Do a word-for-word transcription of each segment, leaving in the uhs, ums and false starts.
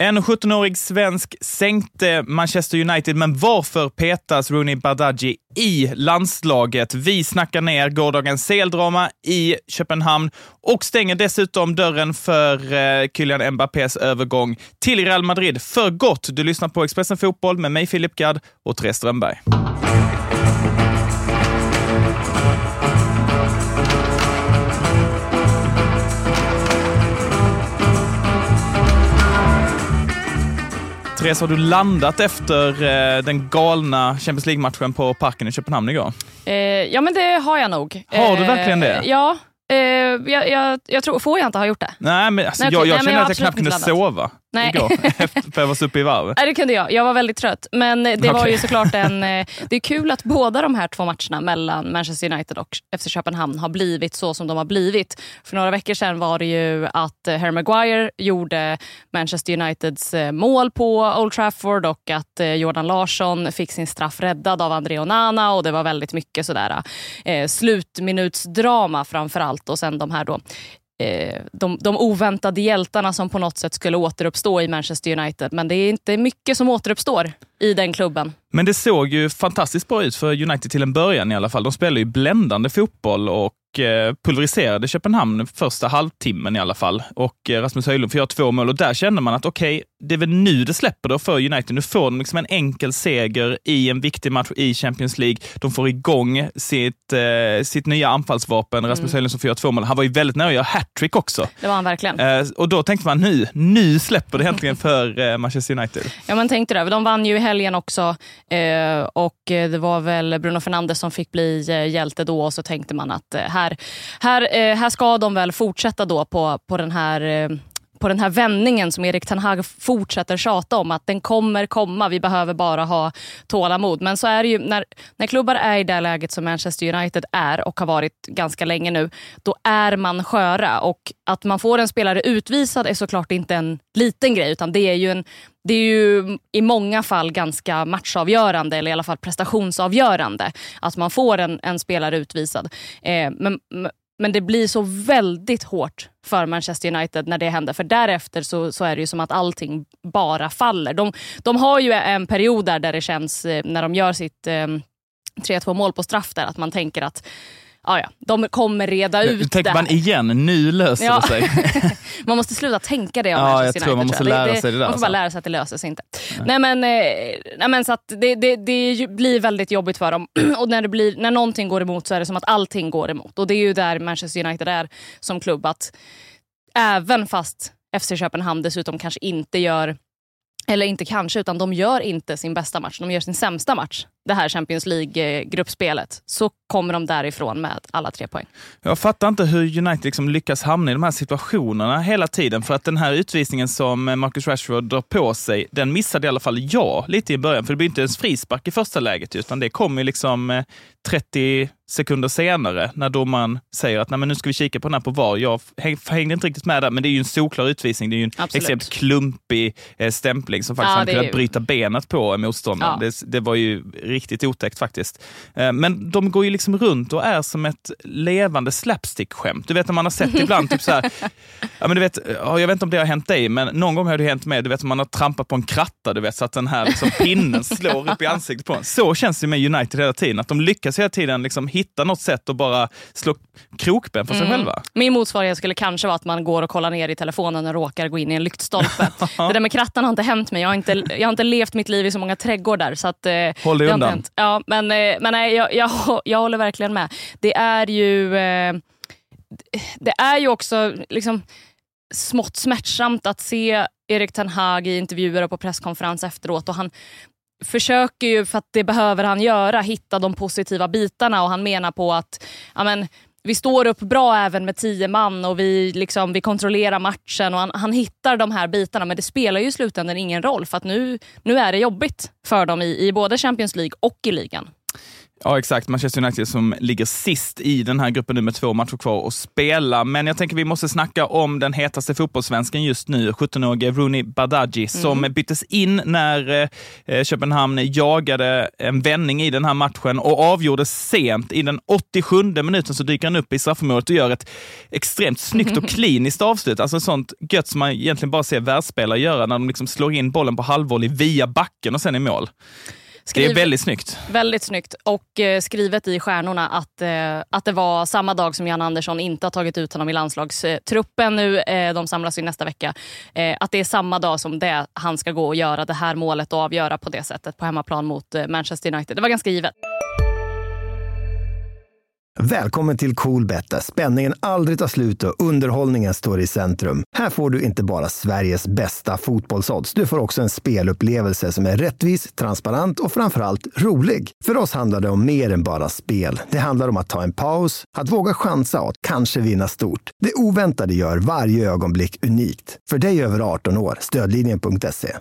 En sjuttonårig svensk sänkte Manchester United, men varför petas Rooney Bardghji i landslaget? Vi snackar ner gårdagens C L-drama i Köpenhamn och stänger dessutom dörren för eh, Kylian Mbappés övergång till Real Madrid för gott. Du lyssnar på Expressen Fotboll med mig Filip Gard och Therese Strömberg. Therese, har du landat efter eh, den galna Champions League-matchen på Parken i Köpenhamn igår? Eh, ja, men det har jag nog. Har du verkligen det? Eh, ja, eh, jag, jag, jag tror, får jag inte ha gjort det? Nej, men alltså, Nej, jag, okay. jag Nej, känner jag att jag knappt kunde landat. sova Nej. igår efter att jag var så uppe i varv. Nej, det kunde jag. Jag var väldigt trött. Men det Okay. var ju såklart en... Det är kul att båda de här två matcherna mellan Manchester United och F C Köpenhamn har blivit så som de har blivit. För några veckor sedan var det ju att Harry Maguire gjorde Manchester Uniteds mål på Old Trafford och att Jordan Larsson fick sin straff räddad av André Onana, och det var väldigt mycket sådär eh, slutminutsdrama framförallt, och sen de här då De, de oväntade hjältarna som på något sätt skulle återuppstå i Manchester United. Men det är inte mycket som återuppstår i den klubben. Men det såg ju fantastiskt bra ut för United till en början i alla fall. De spelade ju bländande fotboll och pulveriserade Köpenhamn första halvtimmen i alla fall. Och Rasmus Højlund får göra två mål, och där känner man att okej, okay, det är väl nu det släpper då för United. Nu får de liksom en enkel seger i en viktig match i Champions League. De får igång sitt, eh, sitt nya anfallsvapen, Rasmus mm. Höjlund som får göra två mål. Han var ju väldigt nära att göra hattrick också. Det var han verkligen. Eh, och då tänkte man nu, nu släpper det äntligen för eh, Manchester United. Ja, man tänkte det. De vann ju i helgen också eh, och det var väl Bruno Fernandes som fick bli eh, hjälte då, och så tänkte man att eh, här, här, eh, här ska de väl fortsätta då på, på den här... Eh, på den här vändningen som Erik ten Hag fortsätter tjata om, att den kommer komma, vi behöver bara ha tålamod. Men så är det ju, när, när klubbar är i det läget som Manchester United är och har varit ganska länge nu, då är man sköra, och att man får en spelare utvisad är såklart inte en liten grej, utan det är ju en det är ju i många fall ganska matchavgörande, eller i alla fall prestationsavgörande, att man får en, en spelare utvisad. Eh, men Men det blir så väldigt hårt för Manchester United när det händer. För därefter så, så är det ju som att allting bara faller. De, de har ju en period där, där det känns, när de gör sitt eh, tre två mål på straff där, att man tänker att ja, ja, de kommer reda ut det. Tänker man igen, nu löser ja. det sig. Man måste sluta tänka det om ja, Manchester jag tror United. man måste lära det, sig det där. Man får bara lära sig att det löser sig inte. Nej, nej men, nej, men så att det, det, det blir väldigt jobbigt för dem. Och när, det blir, när någonting går emot så är det som att allting går emot. Och det är ju där Manchester United är som klubb. Att även fast F C Köpenhamn dessutom kanske inte gör, eller inte kanske, utan de gör inte sin bästa match. De gör sin sämsta match, det här Champions League-gruppspelet. Så kommer de därifrån med alla tre poäng. Jag fattar inte hur United liksom lyckas hamna i de här situationerna hela tiden. För att den här utvisningen som Marcus Rashford drar på sig, den missade i alla fall jag lite i början. För det blir inte ens frispark i första läget, utan det kommer liksom trettio sekunder senare när domaren säger att nej, men nu ska vi kika på den här på V A R. Jag hängde inte riktigt med där, men det är ju en solklar utvisning. Det är ju en Absolut. extremt klumpig eh, stämpling som faktiskt ja, hade kunnat ju... bryta benet på motståndaren. Ja. Det, det var ju riktigt otäckt faktiskt. Eh, men de går ju liksom runt och är som ett levande slapstick-skämt. Du vet när man har sett ibland typ så här, ja, men du vet, jag vet inte om det har hänt dig, men någon gång har det hänt med, du vet, man har trampat på en kratta, du vet, så att den här liksom, pinnen slår upp i ansiktet på en. Så känns det med United hela tiden, att de lyckas hela tiden liksom hitta något sätt och bara slå krokben för sig mm. själva. Min motsvarighet skulle kanske vara att man går och kollar ner i telefonen och råkar gå in i en lyktstolpe. Det där med krattan har inte hänt mig. Jag har inte, jag har inte levt mitt liv i så många trädgårdar, så att, eh, håll dig undan. Ja, men, eh, men nej, jag, jag, jag håller verkligen med. Det är ju eh, det är ju också liksom smått smärtsamt att se Erik ten Hag i intervjuer och på presskonferens efteråt, och han försöker ju, för att det behöver han göra, hitta de positiva bitarna, och han menar på att ja, men, vi står upp bra även med tio man, och vi, liksom, vi kontrollerar matchen, och han, han hittar de här bitarna, men det spelar ju i slutändan ingen roll, för att nu, nu är det jobbigt för dem i, i både Champions League och i ligan. Ja, exakt. Manchester United som ligger sist i den här gruppen nu med två matcher kvar att spela. Men jag tänker vi måste snacka om den hetaste fotbollssvensken just nu, sjuttonårige Rooney Badaji, som mm. byttes in när eh, Köpenhamn jagade en vändning i den här matchen och avgjorde sent. I den åttiosjunde minuten så dyker han upp i straffområdet och gör ett extremt snyggt och kliniskt avslut. Alltså sånt gött som man egentligen bara ser världsspelare göra när de liksom slår in bollen på halvvolley via backen och sen i mål. Skriv, det är väldigt snyggt. Väldigt snyggt. Och eh, skrivet i stjärnorna att, eh, att det var samma dag som Jan Andersson inte har tagit ut honom i landslagstruppen nu. Eh, de samlas ju nästa vecka. Eh, att det är samma dag som det han ska gå och göra det här målet och avgöra på det sättet på hemmaplan mot eh, Manchester United. Det var ganska givet. Välkommen till Coolbet där spänningen aldrig tar slut och underhållningen står i centrum. Här får du inte bara Sveriges bästa fotbollsodds. Du får också en spelupplevelse som är rättvis, transparent och framförallt rolig. För oss handlar det om mer än bara spel. Det handlar om att ta en paus, att våga chansa och att kanske vinna stort. Det oväntade gör varje ögonblick unikt. För dig över arton år, stödlinjen punkt se.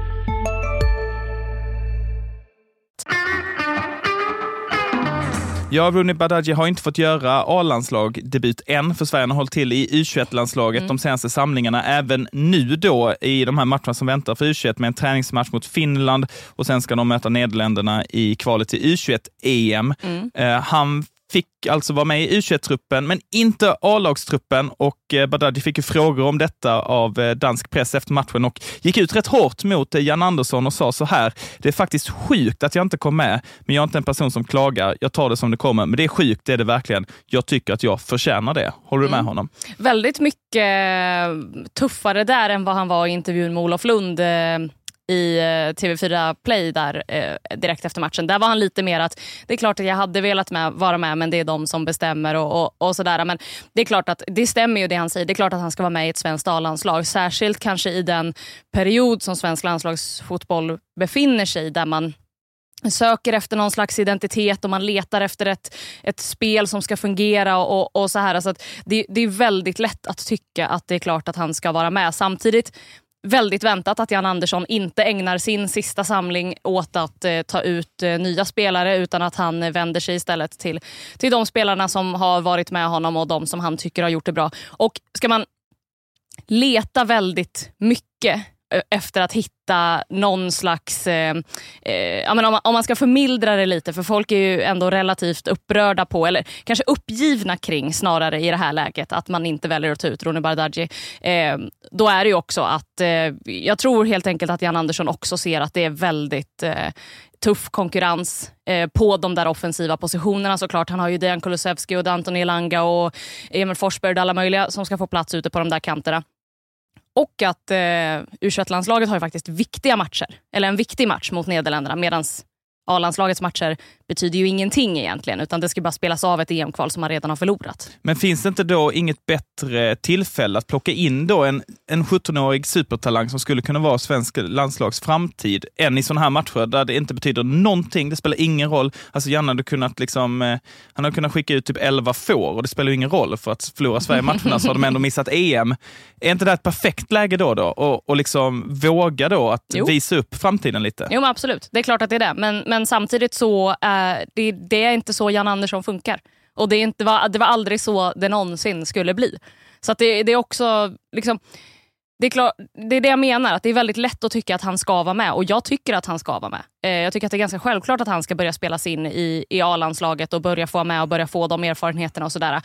Ja, Rooney Badaji har inte fått göra A-landslag debut än, för Sverige har hållit till i U tjugoett-landslaget mm. de senaste samlingarna. Även nu då i de här matcherna som väntar för U tjugoett med en träningsmatch mot Finland och sen ska de möta Nederländerna i kvalet till U tjugoett-E M. Mm. Uh, han fick alltså vara med i U tjugoett-truppen men inte A-lagstruppen och Badaji fick ju frågor om detta av dansk press efter matchen och gick ut rätt hårt mot Jan Andersson och sa så här: det är faktiskt sjukt att jag inte kom med, men jag är inte en person som klagar, jag tar det som det kommer, men det är sjukt, det är det verkligen, jag tycker att jag förtjänar det. Håller du med mm. honom? Väldigt mycket tuffare där än vad han var i intervjun med Olof Lund i T V fyra Play där eh, direkt efter matchen. Där var han lite mer att det är klart att jag hade velat med, vara med, men det är de som bestämmer och, och, och sådär. Men det är klart att det stämmer ju det han säger. Det är klart att han ska vara med i ett svenskt A-landslag. Särskilt kanske i den period som svensk landslagsfotboll befinner sig i, där man söker efter någon slags identitet och man letar efter ett, ett spel som ska fungera och, och så här. Alltså att det, det är väldigt lätt att tycka att det är klart att han ska vara med. Samtidigt väldigt väntat att Jan Andersson inte ägnar sin sista samling åt att eh, ta ut eh, nya spelare, utan att han eh, vänder sig istället till, till de spelarna som har varit med honom och de som han tycker har gjort det bra. Och ska man leta väldigt mycket efter att hitta någon slags eh, eh, jag menar, om, man, om man ska förmildra det lite, för folk är ju ändå relativt upprörda på, eller kanske uppgivna kring snarare i det här läget, att man inte väljer att ta ut Rooney Badaji. Eh, då är det ju också att eh, jag tror helt enkelt att Jan Andersson också ser att det är väldigt eh, tuff konkurrens eh, på de där offensiva positionerna såklart. Han har ju Dejan Kulusevski och Anton Elanga och Emil Forsberg och alla möjliga som ska få plats ute på de där kanterna. Och att eh, U tjugoett-landslaget har ju faktiskt viktiga matcher. Eller en viktig match mot Nederländerna. Medan A-landslagets matcher betyder ju ingenting egentligen. Utan det ska bara spelas av ett E M-kval som man redan har förlorat. Men finns det inte då inget bättre tillfälle att plocka in då en, en sjuttonårig supertalang som skulle kunna vara svensk landslags framtid än i sådana här matcher där det inte betyder någonting, det spelar ingen roll. Alltså Janne hade kunnat liksom, eh, han hade kunnat skicka ut typ elva får och det spelar ju ingen roll, för att förlora Sverige-matcherna så har de ändå missat E M. Är inte det ett perfekt läge då då? Och, och liksom våga då att jo. visa upp framtiden lite? Jo, men absolut. Det är klart att det är det. Men, men samtidigt så äh, det, det är inte så Jan Andersson funkar. Och det, är inte, det var aldrig så det någonsin skulle bli. Så att det, det är också liksom, det är, klart, det är det jag menar, att det är väldigt lätt att tycka att han ska vara med. Och jag tycker att han ska vara med. Eh, jag tycker att det är ganska självklart att han ska börja spelas in i, i A-landslaget och börja få vara med och börja få de erfarenheterna och sådär.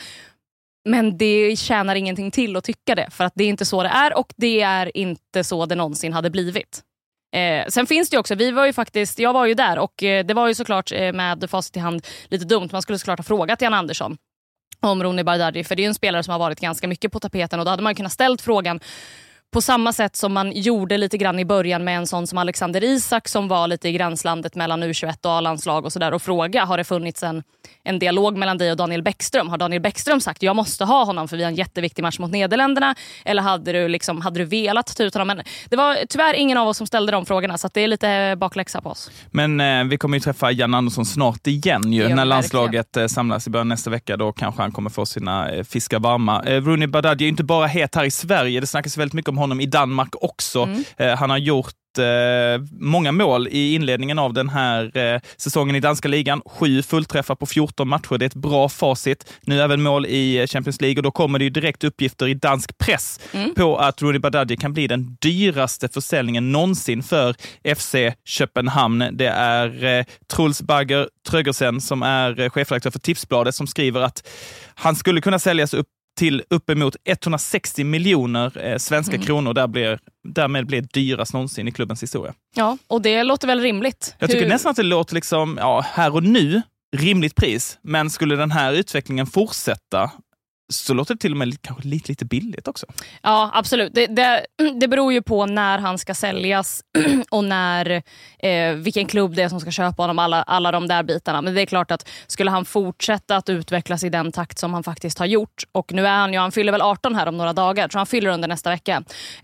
Men det tjänar ingenting till att tycka det. För att det är inte så det är, och det är inte så det någonsin hade blivit. Eh, sen finns det ju också, vi var ju faktiskt, jag var ju där och eh, det var ju såklart eh, med facit i hand lite dumt. Man skulle såklart ha frågat Jan Andersson om Rooney Badaji, för det är ju en spelare som har varit ganska mycket på tapeten, och då hade man kunnat ställt frågan på samma sätt som man gjorde lite grann i början med en sån som Alexander Isak, som var lite i gränslandet mellan U tjugoett och A-landslag och sådär, och fråga, har det funnits en, en dialog mellan dig och Daniel Bäckström? Har Daniel Bäckström sagt, jag måste ha honom för vi har en jätteviktig match mot Nederländerna? Eller hade du, liksom, hade du velat ta ut honom? Men det var tyvärr ingen av oss som ställde de frågorna, så att det är lite bakläxa på oss. Men eh, vi kommer ju träffa Jan Andersson snart igen ju, när landslaget eh, samlas i början nästa vecka. Då kanske han kommer få sina eh, fiskar varma. Eh, Rooney Badaji är inte bara het här i Sverige, det snackas väldigt mycket om honom i Danmark också. Mm. Eh, han har gjort gjort eh, många mål i inledningen av den här eh, säsongen i danska ligan. Sju fullträffar på fjorton matcher. Det är ett bra facit. Nu även mål i Champions League och då kommer det ju direkt uppgifter i dansk press mm. på att Rudy Badaji kan bli den dyraste försäljningen någonsin för F C Köpenhamn. Det är eh, Truls Bagger Trögersen som är eh, chefredaktör för Tipsbladet som skriver att han skulle kunna säljas upp till uppemot etthundrasextio miljoner eh, svenska mm. kronor. Där blir, därmed blir det dyrast någonsin i klubbens historia. Ja, och det låter väl rimligt. Jag tycker Hur... nästan att det låter liksom, ja, här och nu rimligt pris. Men skulle den här utvecklingen fortsätta så låter det till och med kanske lite, lite billigt också. Ja, absolut. Det, det, det beror ju på när han ska säljas och när eh, vilken klubb det är som ska köpa honom, alla, alla de där bitarna. Men det är klart att skulle han fortsätta att utvecklas i den takt som han faktiskt har gjort, och nu är han ju, han fyller väl arton här om några dagar, så han fyller under nästa vecka.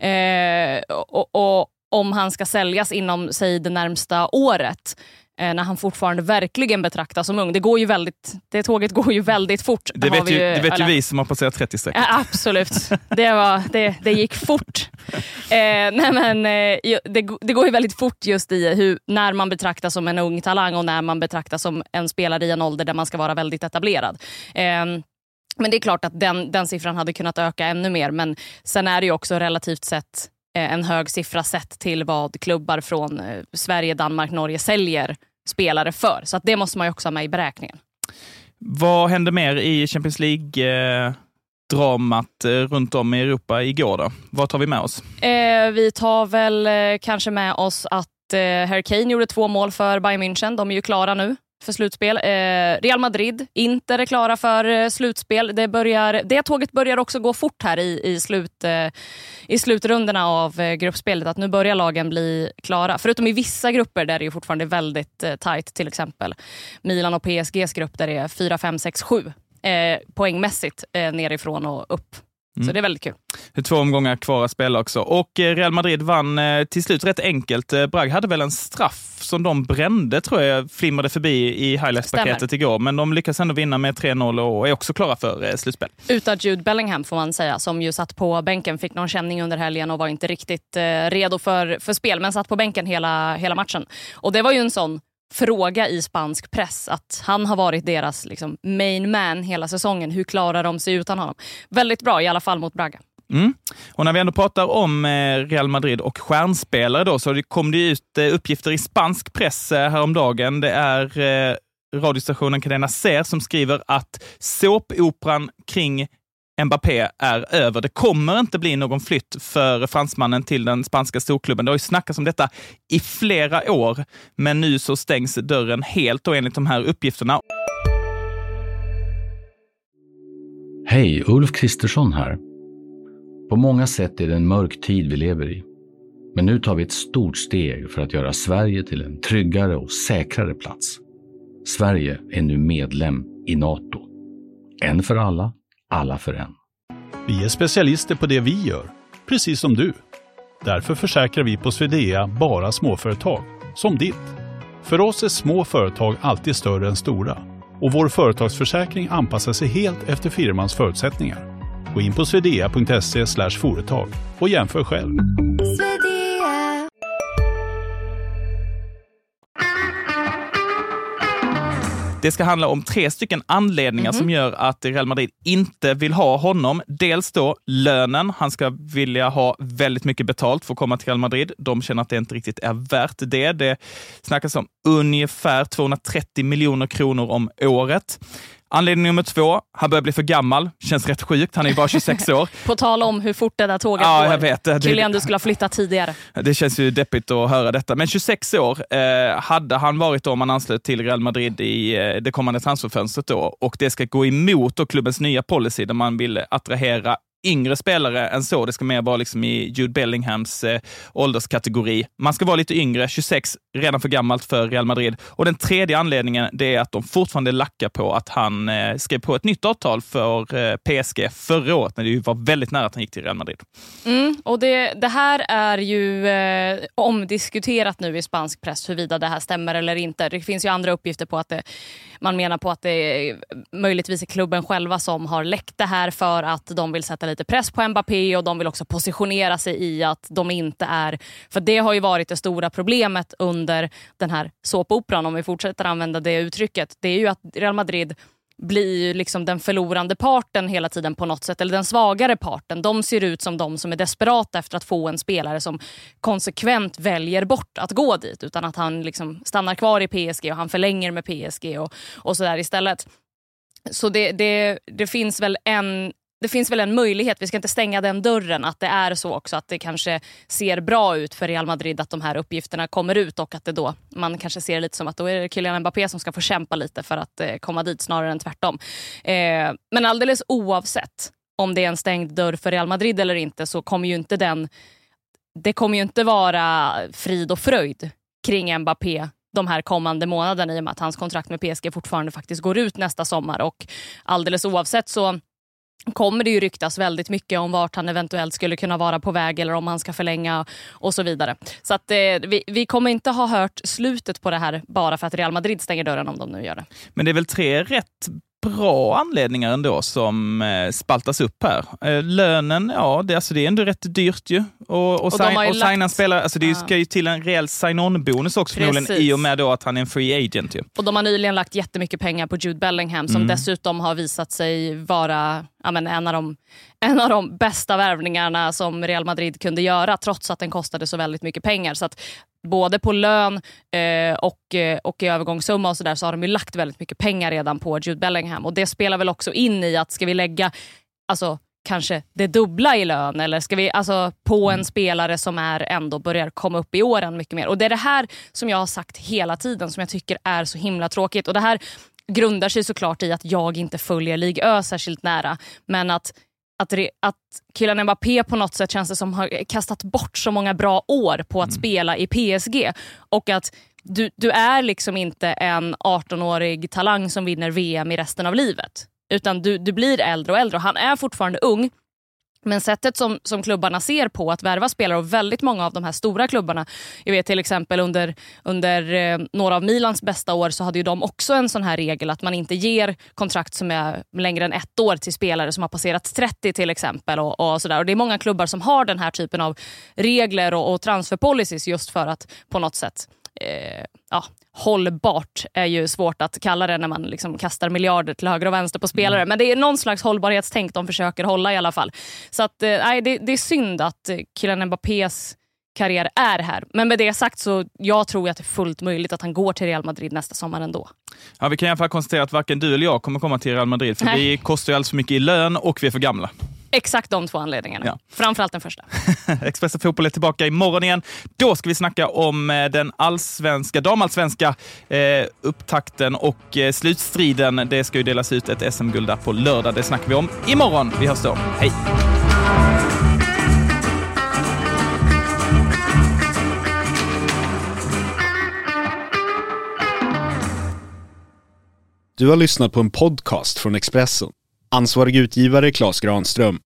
Eh, och, och om han ska säljas inom, säg, det närmsta året, när han fortfarande verkligen betraktas som ung. Det går ju väldigt, det tåget går ju väldigt fort. Det vet, vi, ju, det vet ju vi som har passerat trettio-strecket. Ja, absolut. Det, var, det, det gick fort. Eh, nej men, eh, det, det går ju väldigt fort just i hur, när man betraktas som en ung talang och när man betraktas som en spelare i en ålder där man ska vara väldigt etablerad. Eh, men det är klart att den, den siffran hade kunnat öka ännu mer. Men sen är det ju också relativt sett eh, en hög siffra sett till vad klubbar från eh, Sverige, Danmark, Norge säljer spelare för. Så att det måste man ju också ha med i beräkningen. Vad hände mer i Champions League-dramat eh, runt om i Europa igår då? Vad tar vi med oss? Eh, vi tar väl eh, kanske med oss att eh, Harry Kane gjorde två mål för Bayern München. De är ju klara nu för slutspel. Eh, Real Madrid, Inter är klara för eh, slutspel. Det, börjar, det tåget börjar också gå fort här i, i, slut, eh, i slutrunderna av eh, gruppspelet. Att nu börjar lagen bli klara. Förutom i vissa grupper där det är fortfarande väldigt eh, tajt. Till exempel Milan och P S G:s grupp där det är fyra, fem, sex, sju eh, poängmässigt eh, nerifrån och upp. Mm. Så det är väldigt kul. Det är två omgångar kvar att spela också. Och Real Madrid vann eh, till slut rätt enkelt. Bragg hade väl en straff som de brände, tror jag, flimrade förbi i highlights-paketet igår. Men de lyckas ändå vinna med tre noll och är också klara för eh, slutspel. Utan Jude Bellingham får man säga, som ju satt på bänken, fick någon känning under helgen och var inte riktigt eh, redo för, för spel. Men satt på bänken hela, hela matchen. Och det var ju en sån fråga i spansk press att han har varit deras liksom, main man hela säsongen. Hur klarar de sig utan honom? Väldigt bra, i alla fall mot Braga. Mm. Och när vi ändå pratar om Real Madrid och stjärnspelare då, så kom det ut uppgifter i spansk press häromdagen. Det är radiostationen Cadena Ser som skriver att såpoperan kring Mbappé är över. Det kommer inte bli någon flytt för fransmannen till den spanska storklubben. Det har ju snackats om detta i flera år, men nu så stängs dörren helt och enligt de här uppgifterna. Hej, Ulf Kristersson här. På många sätt är det en mörk tid vi lever i. Men nu tar vi ett stort steg för att göra Sverige till en tryggare och säkrare plats. Sverige är nu medlem i NATO. En för alla, alla för en. Vi är specialister på det vi gör, precis som du. Därför försäkrar vi på Swedea bara småföretag, som ditt. För oss är små företag alltid större än stora. Och vår företagsförsäkring anpassar sig helt efter firmans förutsättningar. Gå in på swedea punkt se slash företag och jämför själv. Det ska handla om tre stycken anledningar mm-hmm. som gör att Real Madrid inte vill ha honom. Dels då lönen. Han ska vilja ha väldigt mycket betalt för att komma till Real Madrid. De känner att det inte riktigt är värt det. Det snackas om ungefär tvåhundratrettio miljoner kronor om året. Anledning nummer två, han börjar bli för gammal. Känns rätt sjukt, han är ju bara tjugosex år. På tal om hur fort det där tåget ja, går. Jag vet. Det, Kylian, du skulle ha flyttat tidigare. Det känns ju deppigt att höra detta. Men tjugosex år eh, hade han varit om han anslöt till Real Madrid i eh, det kommande transferfönstret då. Och det ska gå emot då klubbens nya policy där man vill attrahera yngre spelare än så. Det ska mer vara liksom i Jude Bellinghams eh, ålderskategori. Man ska vara lite yngre, tjugosex, redan för gammalt för Real Madrid. Och den tredje anledningen, det är att de fortfarande lackar på att han eh, skrev på ett nytt avtal för eh, P S G förra året, när det ju var väldigt nära att han gick till Real Madrid. Mm, och det, det här är ju eh, omdiskuterat nu i spansk press huruvida det här stämmer eller inte. Det finns ju andra uppgifter på att det, man menar på att det är möjligtvis är klubben själva som har läckt det här för att de vill sätta lite press på Mbappé och de vill också positionera sig i att de inte är, för det har ju varit det stora problemet under den här såpoperan, om vi fortsätter använda det uttrycket, det är ju att Real Madrid blir liksom den förlorande parten hela tiden på något sätt, eller den svagare parten. De ser ut som de som är desperata efter att få en spelare som konsekvent väljer bort att gå dit, utan att han liksom stannar kvar i P S G och han förlänger med P S G och, och sådär istället. Så det, det, det finns väl en Det finns väl en möjlighet, vi ska inte stänga den dörren, att det är så också att det kanske ser bra ut för Real Madrid att de här uppgifterna kommer ut, och att det då, man kanske ser lite som att då är det Kylian Mbappé som ska få kämpa lite för att eh, komma dit snarare än tvärtom. Eh, men alldeles oavsett om det är en stängd dörr för Real Madrid eller inte, så kommer ju inte den, det kommer ju inte vara frid och fröjd kring Mbappé de här kommande månaderna, i och med att hans kontrakt med P S G fortfarande faktiskt går ut nästa sommar, och alldeles oavsett så kommer det ju ryktas väldigt mycket om vart han eventuellt skulle kunna vara på väg, eller om han ska förlänga och så vidare. Så att eh, vi, vi kommer inte ha hört slutet på det här bara för att Real Madrid stänger dörren, om de nu gör det. Men det är väl tre rätt bra anledningar ändå som eh, spaltas upp här. Eh, lönen, ja, det, alltså det är ändå rätt dyrt ju. Och, och, och, sign, och lagt... signa spelare, alltså det ja. ska ju till en rejäl sign-on-bonus också förmodligen, i och med då att han är en free agent ju. Och de har nyligen lagt jättemycket pengar på Jude Bellingham, som mm. dessutom har visat sig vara ja, men en, av de, en av de bästa värvningarna som Real Madrid kunde göra, trots att den kostade så väldigt mycket pengar. Så att både på lön eh, och, eh, och i övergångssumma och så där, så har de ju lagt väldigt mycket pengar redan på Jude Bellingham. Och det spelar väl också in i att ska vi lägga alltså, kanske det dubbla i lön, eller ska vi alltså, på en spelare som är ändå börjar komma upp i åren mycket mer. Och det är det här som jag har sagt hela tiden som jag tycker är så himla tråkigt. Och det här grundar sig såklart i att jag inte följer Ligue Ö särskilt nära, men att Att, re, att Kylian Mbappé på något sätt känns det som har kastat bort så många bra år på att mm. spela i P S G. Och att du, du är liksom inte en arton-årig talang som vinner V M i resten av livet. Utan du, du blir äldre och äldre, och han är fortfarande ung. Men sättet som, som klubbarna ser på att värva spelare, och väldigt många av de här stora klubbarna, jag vet till exempel under, under eh, några av Milans bästa år, så hade ju de också en sån här regel att man inte ger kontrakt som är längre än ett år till spelare som har passerat trettio till exempel, och, och sådär. Och det är många klubbar som har den här typen av regler och, och transferpolicies just för att på något sätt eh, ja, hållbart är ju svårt att kalla det när man liksom kastar miljarder till höger och vänster på spelare. Mm. Men det är någon slags hållbarhetstänk de försöker hålla i alla fall. Så att, nej, det, det är synd att Kylian Mbappés karriär är här. Men med det sagt så jag tror att det är fullt möjligt att han går till Real Madrid nästa sommar ändå. Ja, vi kan i alla fall konstatera att varken du eller jag kommer komma till Real Madrid, för nej. vi kostar ju alldeles för mycket i lön och vi är för gamla. Exakt de två anledningarna. Ja. Framförallt den första. Expressen Fotboll är tillbaka imorgon igen. Då ska vi snacka om den allsvenska, damallsvenska eh, upptakten och eh, slutstriden. Det ska ju delas ut ett S M-guld där på lördag. Det snackar vi om imorgon. Vi hörs då. Hej! Du har lyssnat på en podcast från Expressen. Ansvarig utgivare Claes Granström.